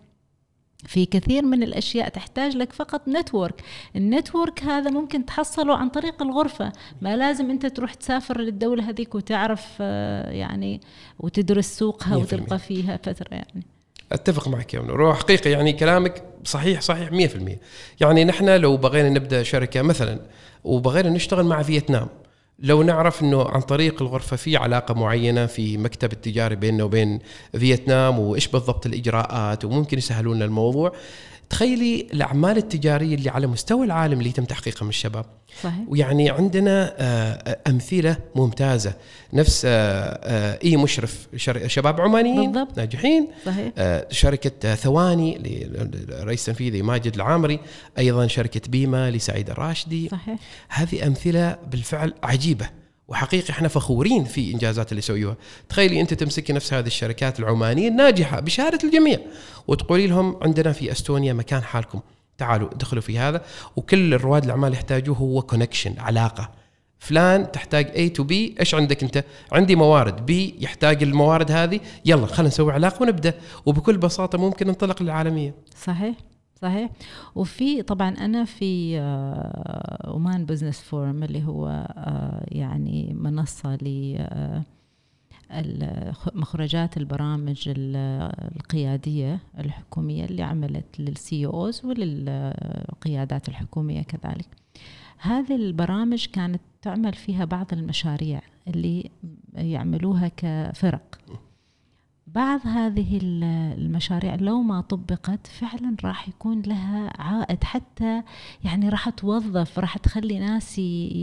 في كثير من الأشياء تحتاج لك فقط نتورك. النتورك هذا ممكن تحصله عن طريق الغرفة، ما لازم أنت تروح تسافر للدولة هذيك وتعرف يعني وتدرس سوقها وتبقى فيها فترة. يعني أتفق معك يا منور، حقيقة يعني كلامك صحيح صحيح مية في المية. يعني نحن لو بغينا نبدأ شركة مثلا وبغينا نشتغل مع فيتنام، لو نعرف أنه عن طريق الغرفة في علاقة معينة في مكتب التجاري بيننا وبين فيتنام وإيش بالضبط الإجراءات وممكن يسهلون لنا الموضوع. تخيلي الأعمال التجارية اللي على مستوى العالم اللي يتم تحقيقها من الشباب. صحيح. ويعني عندنا أمثلة ممتازة، نفس إي مشرف شباب عمانيين بالضبط. ناجحين. صحيح. شركة ثواني لرئيس تنفيذي ماجد العامري، أيضا شركة بيما لسعيد الراشدي. صحيح. هذه أمثلة بالفعل عجيبة، وحقيقة احنا فخورين في إنجازات اللي سويوها. تخيلي أنت تمسكي نفس هذه الشركات العمانية الناجحة بشهادة الجميع وتقولي لهم عندنا في أستونيا مكان حالكم، تعالوا دخلوا في هذا. وكل الرواد الأعمال يحتاجوه هو كونكشن، علاقة. فلان تحتاج A to B، إيش عندك أنت؟ عندي موارد، B يحتاج الموارد هذه، يلا خلينا نسوي علاقة ونبدأ، وبكل بساطة ممكن ننطلق للعالمية. صحيح صحيح. وفي طبعا أنا في عمان بزنس فورم اللي هو يعني منصة لمخرجات البرامج القيادية الحكومية اللي عملت للسي اوز وللقيادات الحكومية كذلك. هذه البرامج كانت تعمل فيها بعض المشاريع اللي يعملوها كفرق. بعض هذه المشاريع لو ما طبقت فعلا راح يكون لها عائد، حتى يعني راح توظف، راح تخلي ناس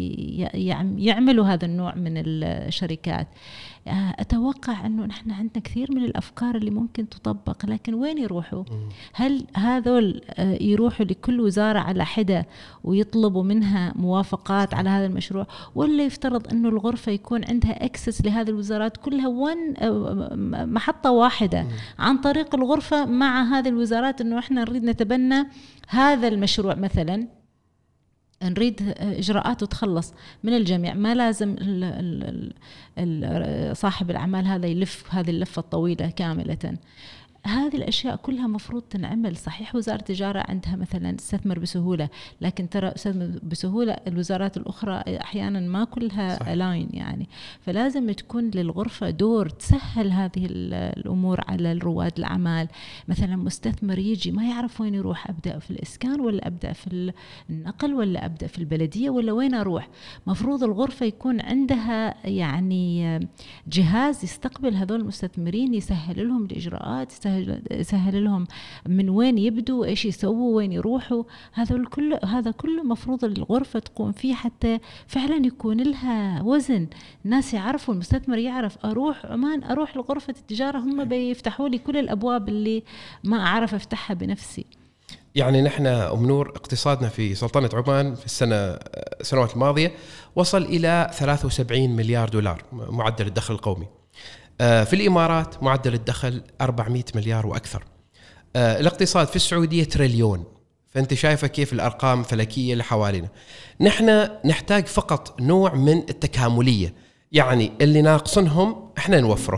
يعملوا هذا النوع من الشركات. أتوقع أنه نحن عندنا كثير من الأفكار اللي ممكن تطبق، لكن وين يروحوا؟ هل هذول يروحوا لكل وزارة على حدة ويطلبوا منها موافقات على هذا المشروع، ولا يفترض أنه الغرفة يكون عندها أكسس لهذه الوزارات كلها وان محطة واحدة عن طريق الغرفة مع هذه الوزارات؟ أنه إحنا نريد نتبنى هذا المشروع مثلا، نريد إجراءاته تخلص من الجميع، ما لازم ال ال صاحب الأعمال هذا يلف هذه اللفة الطويلة كاملة. هذه الأشياء كلها مفروض تنعمل. صحيح وزارة التجارة عندها مثلا تستثمر بسهولة، لكن ترى تستثمر بسهولة الوزارات الأخرى أحيانا ما كلها ألاين يعني. فلازم تكون للغرفة دور تسهل هذه الأمور على الرواد الأعمال. مثلا مستثمر يجي ما يعرف وين يروح، أبدأ في الإسكان ولا أبدأ في النقل ولا أبدأ في البلدية ولا وين أروح؟ مفروض الغرفة يكون عندها يعني جهاز يستقبل هذول المستثمرين، يسهل لهم الإجراءات، يسهل سهل لهم من وين يبدوا، ايش يسووا، وين يروحوا. هذا الكل هذا كله مفروض الغرفة تقوم فيه حتى فعلا يكون لها وزن. الناس يعرفوا، المستثمر يعرف اروح عمان، اروح لغرفة التجارة، هم بيفتحوا لي كل الابواب اللي ما اعرف افتحها بنفسي. يعني نحن أم نور اقتصادنا في سلطنة عمان في السنة السنوات الماضية وصل إلى ثلاثة وسبعين مليار دولار معدل الدخل القومي. في الإمارات معدل الدخل أربعمائة مليار وأكثر. الاقتصاد في السعودية تريليون. فأنت شايفة كيف الأرقام فلكية اللي حوالينا. نحن نحتاج فقط نوع من التكاملية، يعني اللي ناقصنهم احنا نوفره،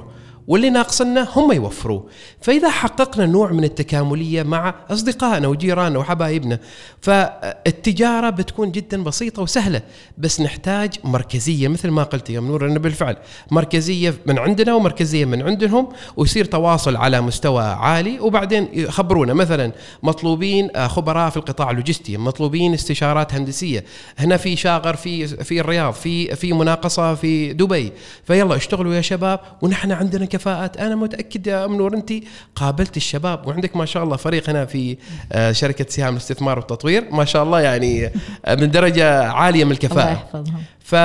واللي ناقصنا هم يوفروه. فإذا حققنا نوع من التكاملية مع أصدقائنا وجيراننا وحبايبنا، فالتجارة بتكون جدا بسيطة وسهلة، بس نحتاج مركزية مثل ما قلت يا منور، أنه بالفعل مركزية من عندنا ومركزية من عندهم، ويصير تواصل على مستوى عالي. وبعدين يخبرونا مثلا مطلوبين خبراء في القطاع اللوجستي، مطلوبين استشارات هندسية، هنا في شاغر في في الرياض، في في مناقصة في دبي، فيلا اشتغلوا يا شباب ونحن عندنا كفاءات. أنا متأكد يا منور أنت قابلت الشباب وعندك ما شاء الله فريق هنا في شركة سهام الاستثمار والتطوير ما شاء الله، يعني من درجة عالية من الكفاءة. الله يحفظهم.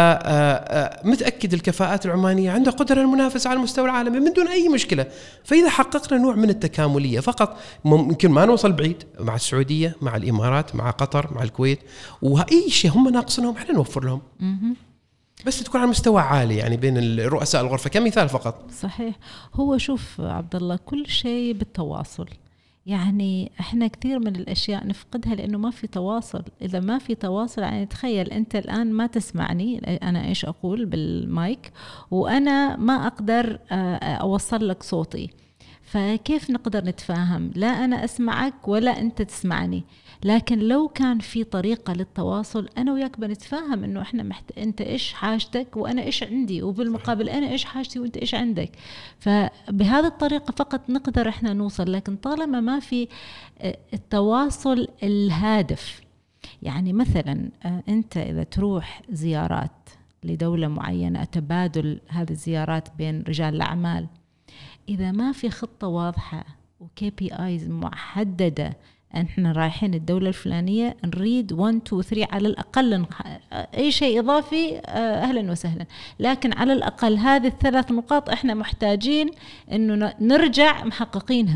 فمتأكد الكفاءات العمانية عندها قدرة المنافسة على المستوى العالمي من دون أي مشكلة. فإذا حققنا نوع من التكاملية فقط، ممكن ما نوصل بعيد مع السعودية، مع الإمارات، مع قطر، مع الكويت، وأي شيء هم ناقصنهم احنا نوفر لهم، بس تكون على مستوى عالي يعني بين الرؤساء الغرفة كمثال فقط. صحيح. هو شوف عبد الله، كل شيء بالتواصل. يعني احنا كثير من الاشياء نفقدها لانه ما في تواصل. اذا ما في تواصل، يعني تخيل انت الان ما تسمعني انا ايش اقول بالمايك، وانا ما اقدر اوصل لك صوتي، فكيف نقدر نتفاهم؟ لا أنا أسمعك ولا أنت تسمعني. لكن لو كان في طريقة للتواصل أنا وياك بنتفاهم إنه إحنا محت... أنت إيش حاجتك وأنا إيش عندي، وبالمقابل أنا إيش حاجتي وأنت إيش عندك. فبهذه الطريقة فقط نقدر إحنا نوصل. لكن طالما ما في التواصل الهادف، يعني مثلا أنت إذا تروح زيارات لدولة معينة، تبادل هذه الزيارات بين رجال الأعمال، إذا ما في خطة واضحة وكي بي آيز محددة، احنا رايحين الدولة الفلانية نريد واحد اثنين ثلاثة على الأقل، أي شيء إضافي أهلا وسهلا، لكن على الأقل هذه الثلاث نقاط احنا محتاجين إنه نرجع محققينها.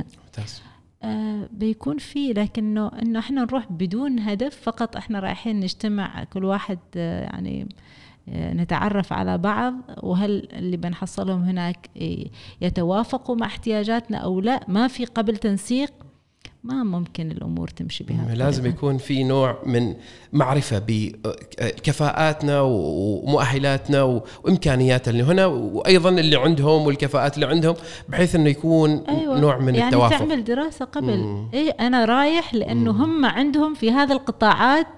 آه بيكون فيه، لكنه إنه احنا نروح بدون هدف، فقط احنا رايحين نجتمع كل واحد آه يعني نتعرف على بعض، وهل اللي بنحصلهم هناك يتوافقوا مع احتياجاتنا أو لا، ما في قبل تنسيق، ما ممكن الأمور تمشي بها. لازم يكون في نوع من معرفة بكفاءاتنا ومؤهلاتنا وإمكانياتنا اللي هنا، وأيضا اللي عندهم والكفاءات اللي عندهم، بحيث أنه يكون أيوة. نوع من يعني التوافق. يعني تعمل دراسة قبل. إيه أنا رايح لأنه مم. هم عندهم في هذا القطاعات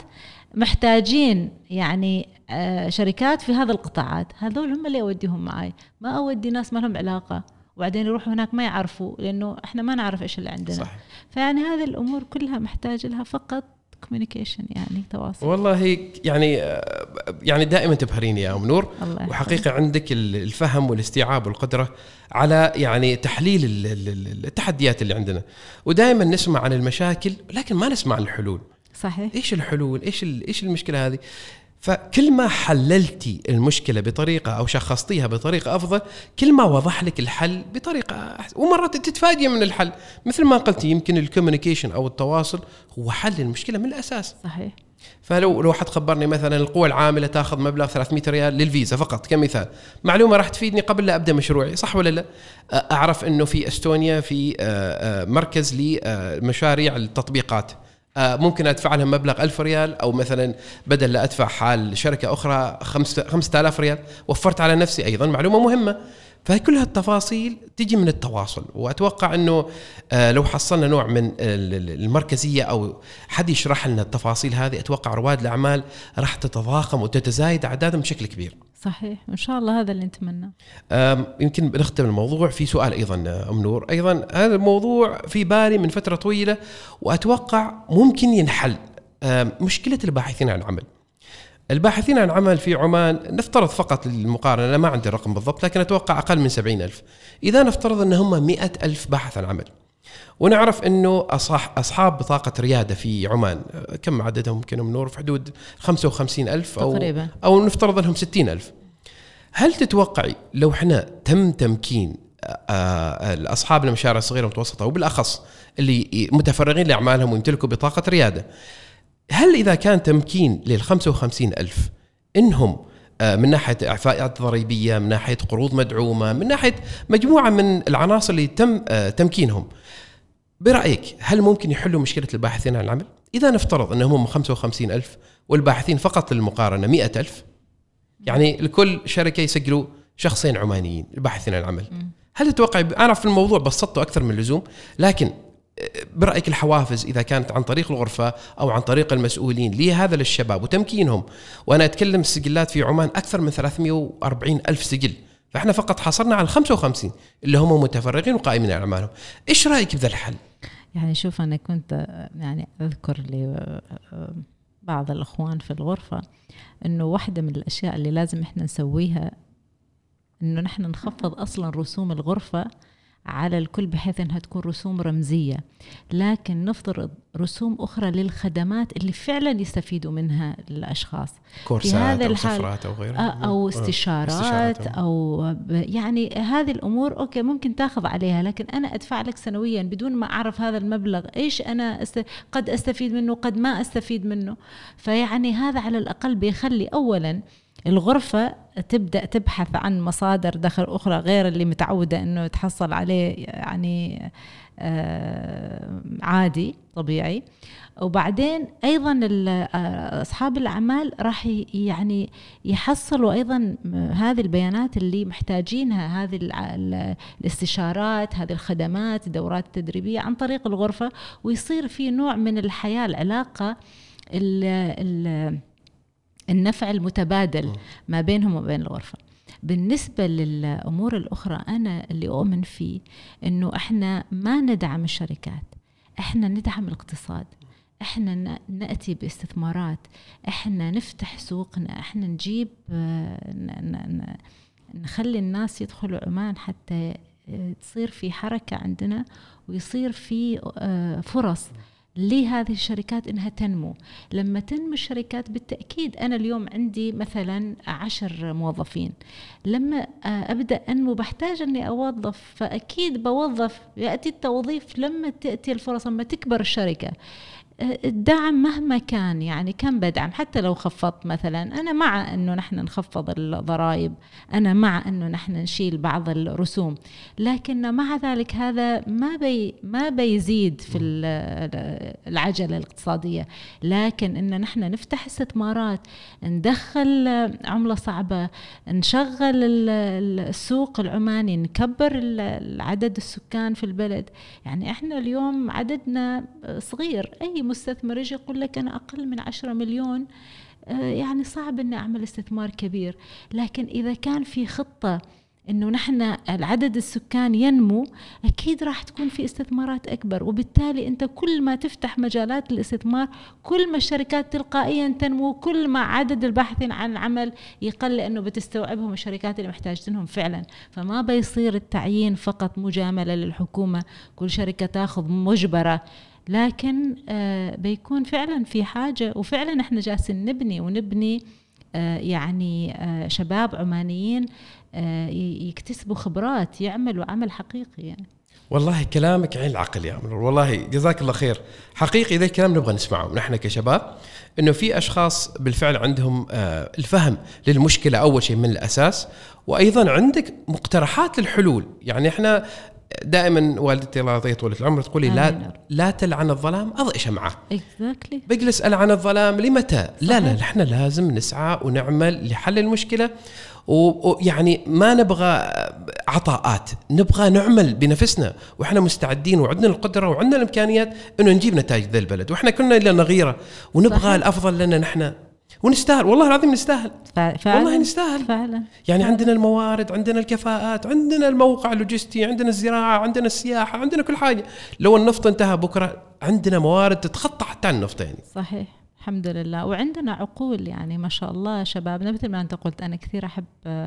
محتاجين يعني آه شركات في هذا القطاعات، هذول هم اللي أوديهم معي، ما أودي ناس ما لهم علاقة وبعدين يروحوا هناك ما يعرفوا، لأنه إحنا ما نعرف إيش اللي عندنا. صح. فيعني هذه الأمور كلها محتاج لها فقط communication، يعني تواصل. والله يعني يعني دائما تبهريني يا أم نور، وحقيقة عندك الفهم والاستيعاب والقدرة على يعني تحليل التحديات اللي عندنا، ودائما نسمع عن المشاكل لكن ما نسمع عن الحلول. صحيح. إيش الحلول؟ إيش إيش المشكلة هذه؟ فكل ما حللتي المشكلة بطريقة أو شخصتيها بطريقة أفضل، كل ما وضح لك الحل بطريقة أحسن، ومرات تتفاجئ من الحل. مثل ما قلتي، يمكن الكوميونيكيشن أو التواصل هو حل المشكلة من الأساس. صحيح. فلو لو حد خبرني مثلا القوى العاملة تأخذ مبلغ ثلاثمائة ريال للفيزا فقط كمثال، معلومة راح تفيدني قبل لا أبدأ مشروعي، صح ولا لا؟ أعرف أنه في أستونيا في مركز لمشاريع التطبيقات، ممكن أدفع لهم مبلغ ألف ريال، أو مثلا بدل لا أدفع حال شركة أخرى خمسة آلاف ريال، وفرت على نفسي أيضا معلومة مهمة. فكل هالتفاصيل تجي من التواصل، وأتوقع أنه لو حصلنا نوع من المركزية أو حد يشرح لنا التفاصيل هذه، أتوقع رواد الأعمال راح تتضاخم وتتزايد أعدادهم بشكل كبير. صحيح، إن شاء الله هذا اللي نتمنى. يمكن بنختم الموضوع في سؤال أيضا أم نور، أيضا هذا الموضوع في بالي من فترة طويلة وأتوقع ممكن ينحل، مشكلة الباحثين عن عمل. الباحثين عن عمل في عمان، نفترض فقط للمقارنة، أنا ما عندي الرقم بالضبط لكن أتوقع أقل من سبعين ألف. إذا نفترض أنهم مئة ألف باحث عن عمل، ونعرف أنه أصحاب بطاقة ريادة في عمان كم عددهم؟ ممكن أم نور في حدود خمسة وخمسين ألف أو, تقريبا. أو نفترض لهم ستين ألف. هل تتوقعي لو إحنا تم تمكين أصحاب المشاريع الصغيرة والمتوسطة، وبالأخص اللي متفرغين لأعمالهم ويمتلكوا بطاقة ريادة، هل إذا كان تمكين للخمسة وخمسين ألف إنهم من ناحية إعفاءات ضريبية، من ناحية قروض مدعومة، من ناحية مجموعة من العناصر اللي تم تمكينهم، برأيك هل ممكن يحلوا مشكلة الباحثين عن العمل؟ إذا نفترض أنهم خمسة وخمسين ألف والباحثين فقط للمقارنة مئة ألف، يعني لكل شركة يسجلوا شخصين عمانيين الباحثين عن العمل، هل تتوقع؟ أنا في الموضوع بسطته أكثر من اللزوم، لكن برأيك الحوافز إذا كانت عن طريق الغرفة أو عن طريق المسؤولين لهذا للشباب وتمكينهم، وأنا أتكلم السجلات في عمان أكثر من ثلاثمائة وأربعين ألف سجل، فإحنا فقط حصلنا على خمسة وخمسين اللي هم متفرغين وقائمين على أعمالهم. إيش رأيك بذا الحل؟ يعني شوف، أنا كنت يعني أذكر لي بعض الأخوان في الغرفة إنه واحدة من الأشياء اللي لازم إحنا نسويها إنه نحن نخفض أصلا رسوم الغرفة على الكل بحيث أنها تكون رسوم رمزية، لكن نفرض رسوم أخرى للخدمات اللي فعلا يستفيدوا منها الأشخاص، كورسات أو سفرات أو غيرها، أو استشارات, استشارات أو يعني هذه الأمور أوكي ممكن تاخذ عليها، لكن أنا أدفع لك سنويا بدون ما أعرف هذا المبلغ إيش أنا است... قد أستفيد منه قد ما أستفيد منه. فيعني هذا على الأقل بيخلي أولا الغرفة تبدأ تبحث عن مصادر دخل أخرى غير اللي متعودة أنه تحصل عليه يعني عادي طبيعي. وبعدين أيضا أصحاب الأعمال راح يعني يحصلوا أيضا هذه البيانات اللي محتاجينها، هذه الاستشارات، هذه الخدمات، الدورات التدريبية عن طريق الغرفة، ويصير في نوع من الحياة، العلاقة ال ال النفع المتبادل ما بينهم وبين الغرفة. بالنسبة للأمور الأخرى أنا اللي أؤمن فيه إنه إحنا ما ندعم الشركات، إحنا ندعم الاقتصاد، إحنا نأتي باستثمارات، إحنا نفتح سوقنا، إحنا نجيب نخلي الناس يدخلوا عمان حتى تصير في حركة عندنا ويصير في فرص لهذه الشركات إنها تنمو. لما تنمو الشركات بالتأكيد أنا اليوم عندي مثلا عشر موظفين، لما أبدأ أنمو بحتاج أني أوظف، فأكيد بوظف، يأتي التوظيف لما تأتي الفرص، لما تكبر الشركة. الدعم مهما كان، يعني كم بدعم حتى لو خفضت مثلا، أنا مع أنه نحن نخفض الضرائب، أنا مع أنه نحن نشيل بعض الرسوم، لكن مع ذلك هذا ما بي ما بيزيد في العجلة الاقتصادية. لكن إن نحن نفتح استثمارات، ندخل عملة صعبة، نشغل السوق العماني، نكبر عدد السكان في البلد. يعني إحنا اليوم عددنا صغير، أي مستثمر يجي يقول لك أنا أقل من عشرة مليون، يعني صعب أن أعمل استثمار كبير. لكن إذا كان في خطة إنه نحن العدد السكان ينمو، أكيد راح تكون في استثمارات أكبر، وبالتالي أنت كل ما تفتح مجالات الاستثمار كل ما الشركات تلقائيا تنمو، كل ما عدد الباحثين عن العمل يقل، لأنه بتستوعبهم الشركات اللي محتاجينهم فعلا. فما بيصير التعيين فقط مجاملة للحكومة، كل شركة تاخذ مجبرة، لكن آه بيكون فعلا في حاجة، وفعلا احنا جالسين نبني ونبني آه يعني آه شباب عمانيين آه يكتسبوا خبرات، يعملوا عمل حقيقي. يعني والله كلامك عين العقل يا أمل، والله جزاك الله خير. حقيقي إذا الكلام نبغى نسمعه نحن كشباب، إنه في أشخاص بالفعل عندهم آه الفهم للمشكلة أول شيء من الأساس، وأيضا عندك مقترحات للحلول. يعني إحنا دائما والدتي الله يعطيها طولة العمر تقولي لا لا تلعن الظلام أضئ شمعه. exactly. بجلس ألعن الظلام لمتى؟ لا لا احنا لازم نسعى ونعمل لحل المشكلة، ويعني ما نبغى عطاءات، نبغى نعمل بنفسنا، وإحنا مستعدين وعندنا القدرة وعندنا الإمكانيات إنه نجيب نتائج ذا البلد، وإحنا كنا إلا نغيره ونبغى صحيح. الأفضل لنا نحن، ونستاهل والله العظيم، نستاهل والله نستاهل فعلا. يعني فعلا. عندنا الموارد، عندنا الكفاءات، عندنا الموقع اللوجستي، عندنا الزراعة، عندنا السياحة، عندنا كل حاجة. لو النفط انتهى بكرة عندنا موارد تتخطى حتى النفط. يعني صحيح الحمد لله. وعندنا عقول يعني ما شاء الله شبابنا، مثل ما أنت قلت أنا كثير أحب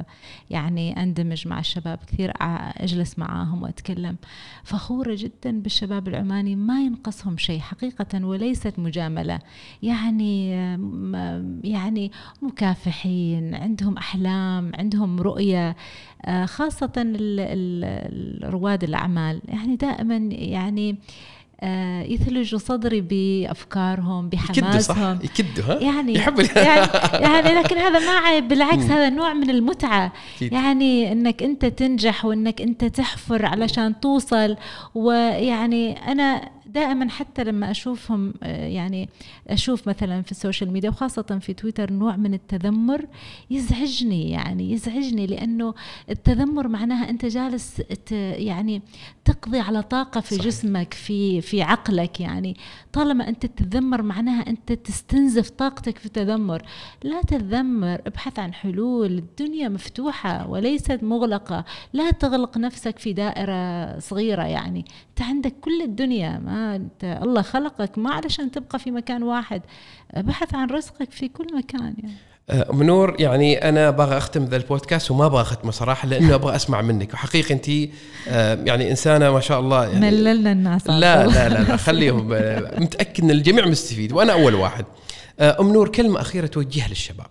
يعني أندمج مع الشباب، كثير أجلس معاهم وأتكلم. فخورة جدا بالشباب العماني، ما ينقصهم شيء حقيقة وليست مجاملة. يعني يعني مكافحين، عندهم أحلام، عندهم رؤية، خاصة رواد الأعمال. يعني دائما يعني يثلج صدري بأفكارهم، بحماسهم، يكدوا ها يعني يحب يعني, يعني لكن هذا ما عيب، بالعكس هذا نوع من المتعة. يعني انك انت تنجح وانك انت تحفر علشان توصل. ويعني انا دائما حتى لما أشوفهم يعني أشوف مثلا في السوشيال ميديا وخاصة في تويتر نوع من التذمر يزعجني، يعني يزعجني لأنه التذمر معناها أنت جالس يعني تقضي على طاقة في صحيح. جسمك في في عقلك، يعني طالما أنت تتذمر معناها أنت تستنزف طاقتك في التذمر. لا تتذمر، ابحث عن حلول. الدنيا مفتوحة وليست مغلقة، لا تغلق نفسك في دائرة صغيرة. يعني أنت عندك كل الدنيا، ما أنت الله خلقك ما علشان تبقى في مكان واحد، ابحث عن رزقك في كل مكان. يعني أم نور، يعني أنا أبغى أختم ذا البودكاست وما أبغى أختمه صراحة، لأنه أبغى أسمع منك. وحقيقة أنت يعني إنسانة ما شاء الله، يعني مللنا الناس. لا لا لا, لا خليهم، متأكد أن الجميع مستفيد وأنا أول واحد. أم نور، كلمة أخيرة توجهها للشباب.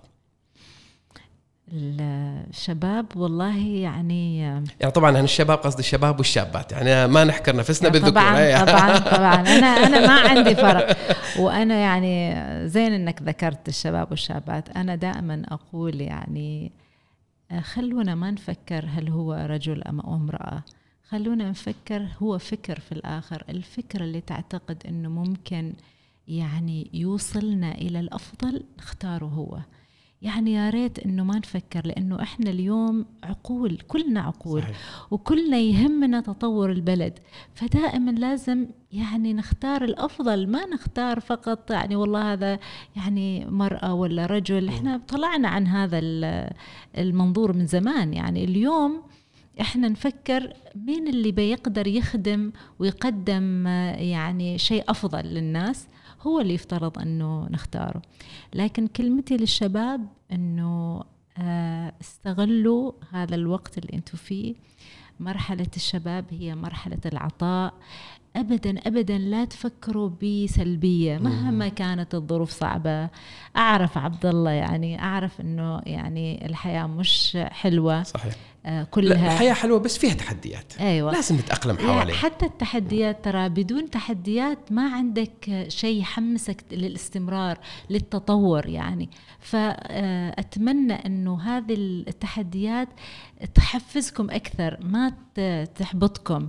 الشباب والله يعني يعني طبعا أنا الشباب قصدي الشباب والشابات، يعني ما نحكر نفسنا بالذكور. طبعا طبعا طبعا أنا أنا ما عندي فرق. وأنا يعني زين إنك ذكرت الشباب والشابات. أنا دائما أقول يعني خلونا ما نفكر هل هو رجل أم امرأة، خلونا نفكر هو فكر في الآخر. الفكرة اللي تعتقد إنه ممكن يعني يوصلنا إلى الأفضل نختاره هو. يعني يا ريت إنه ما نفكر، لأنه إحنا اليوم عقول، كلنا عقول صحيح. وكلنا يهمنا تطور البلد، فدائما لازم يعني نختار الأفضل، ما نختار فقط يعني والله هذا يعني مرأة ولا رجل. إحنا طلعنا عن هذا المنظور من زمان. يعني اليوم إحنا نفكر مين اللي بيقدر يخدم ويقدم يعني شيء أفضل للناس، هو اللي يفترض أنه نختاره. لكن كلمتي للشباب أنه استغلوا هذا الوقت اللي أنتوا فيه. مرحلة الشباب هي مرحلة العطاء. أبدا أبدا لا تفكروا بسلبية مهما كانت الظروف صعبة. أعرف عبد الله، يعني أعرف أنه يعني الحياة مش حلوة صحيح. آه كلها الحياة حلوة بس فيها تحديات. أيوة. لازم نتأقلم حواليها. حتى التحديات ترى بدون تحديات ما عندك شيء يحمسك للاستمرار للتطور. يعني فأتمنى أنه هذه التحديات تحفزكم أكثر ما تحبطكم.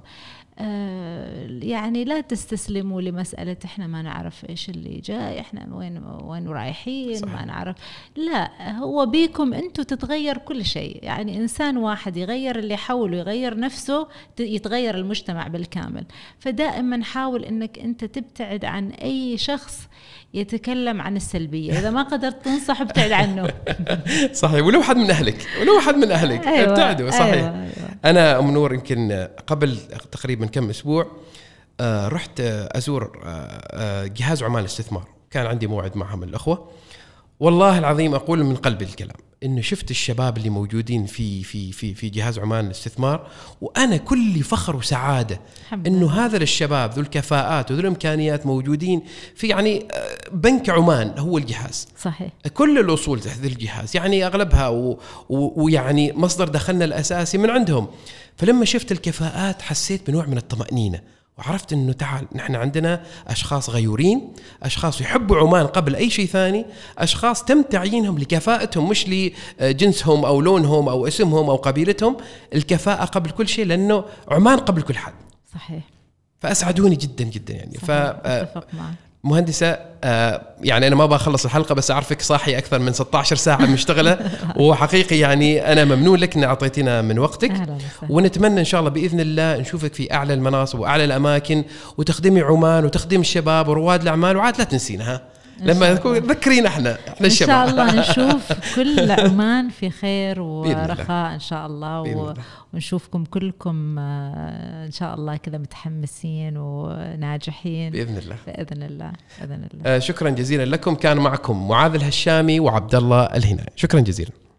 يعني لا تستسلموا لمسألة إحنا ما نعرف إيش اللي جاي، إحنا وين وين رايحين صحيح. ما نعرف. لا، هو بيكم أنتوا تتغير كل شيء. يعني إنسان واحد يغير اللي حوله، يغير نفسه، يتغير المجتمع بالكامل. فدائما حاول إنك أنت تبتعد عن أي شخص يتكلم عن السلبية. إذا ما قدرت تنصح ابتعد عنه. صحيح. ولو حد من أهلك، ولو حد من أهلك أيوة. ابتعدوا. صحيح. أيوة. أيوة. أنا أم نور يمكن قبل تقريبا كم أسبوع آه رحت أزور آه جهاز عمان الاستثمار، كان عندي موعد معهم الأخوة. والله العظيم أقول من قلب الكلام إنه شفت الشباب اللي موجودين في في في في جهاز عمان الاستثمار، وأنا كل فخر وسعادة إنه هذا الشباب ذو الكفاءات وذو الإمكانيات موجودين في يعني بنك عمان هو الجهاز. صحيح. كل الأصول تحت الجهاز يعني أغلبها و ويعني مصدر دخلنا الأساسي من عندهم. فلما شفت الكفاءات حسيت بنوع من الطمأنينة، وعرفت أنه تعال نحن عندنا أشخاص غيورين، أشخاص يحبوا عمان قبل أي شيء ثاني، أشخاص تم تعيينهم لكفاءتهم مش لجنسهم أو لونهم أو اسمهم أو قبيلتهم، الكفاءة قبل كل شيء، لأنه عمان قبل كل حد. صحيح. فأسعدوني جدا جدا يعني. أتفق معك. مهندسة آه يعني أنا ما بخلص الحلقة بس أعرفك صاحي أكثر من ستة عشر ساعة مشتغلة. وحقيقي يعني أنا ممنون لك أن أعطيتنا من وقتك، ونتمنى إن شاء الله بإذن الله نشوفك في أعلى المناصب وأعلى الأماكن، وتخدمي عمان وتخدمي الشباب ورواد الأعمال. وعاد لا تنسينها لما تكون ذكرين احنا احنا الشباب. ان شاء الله نشوف كل عمان في خير ورخاء ان شاء الله, و... ونشوفكم كلكم ان شاء الله كذا متحمسين وناجحين باذن الله. باذن الله باذن الله. آه شكرا جزيلا لكم. كان معكم معاذ الهشامي وعبد الله الهنائي. شكرا جزيلا.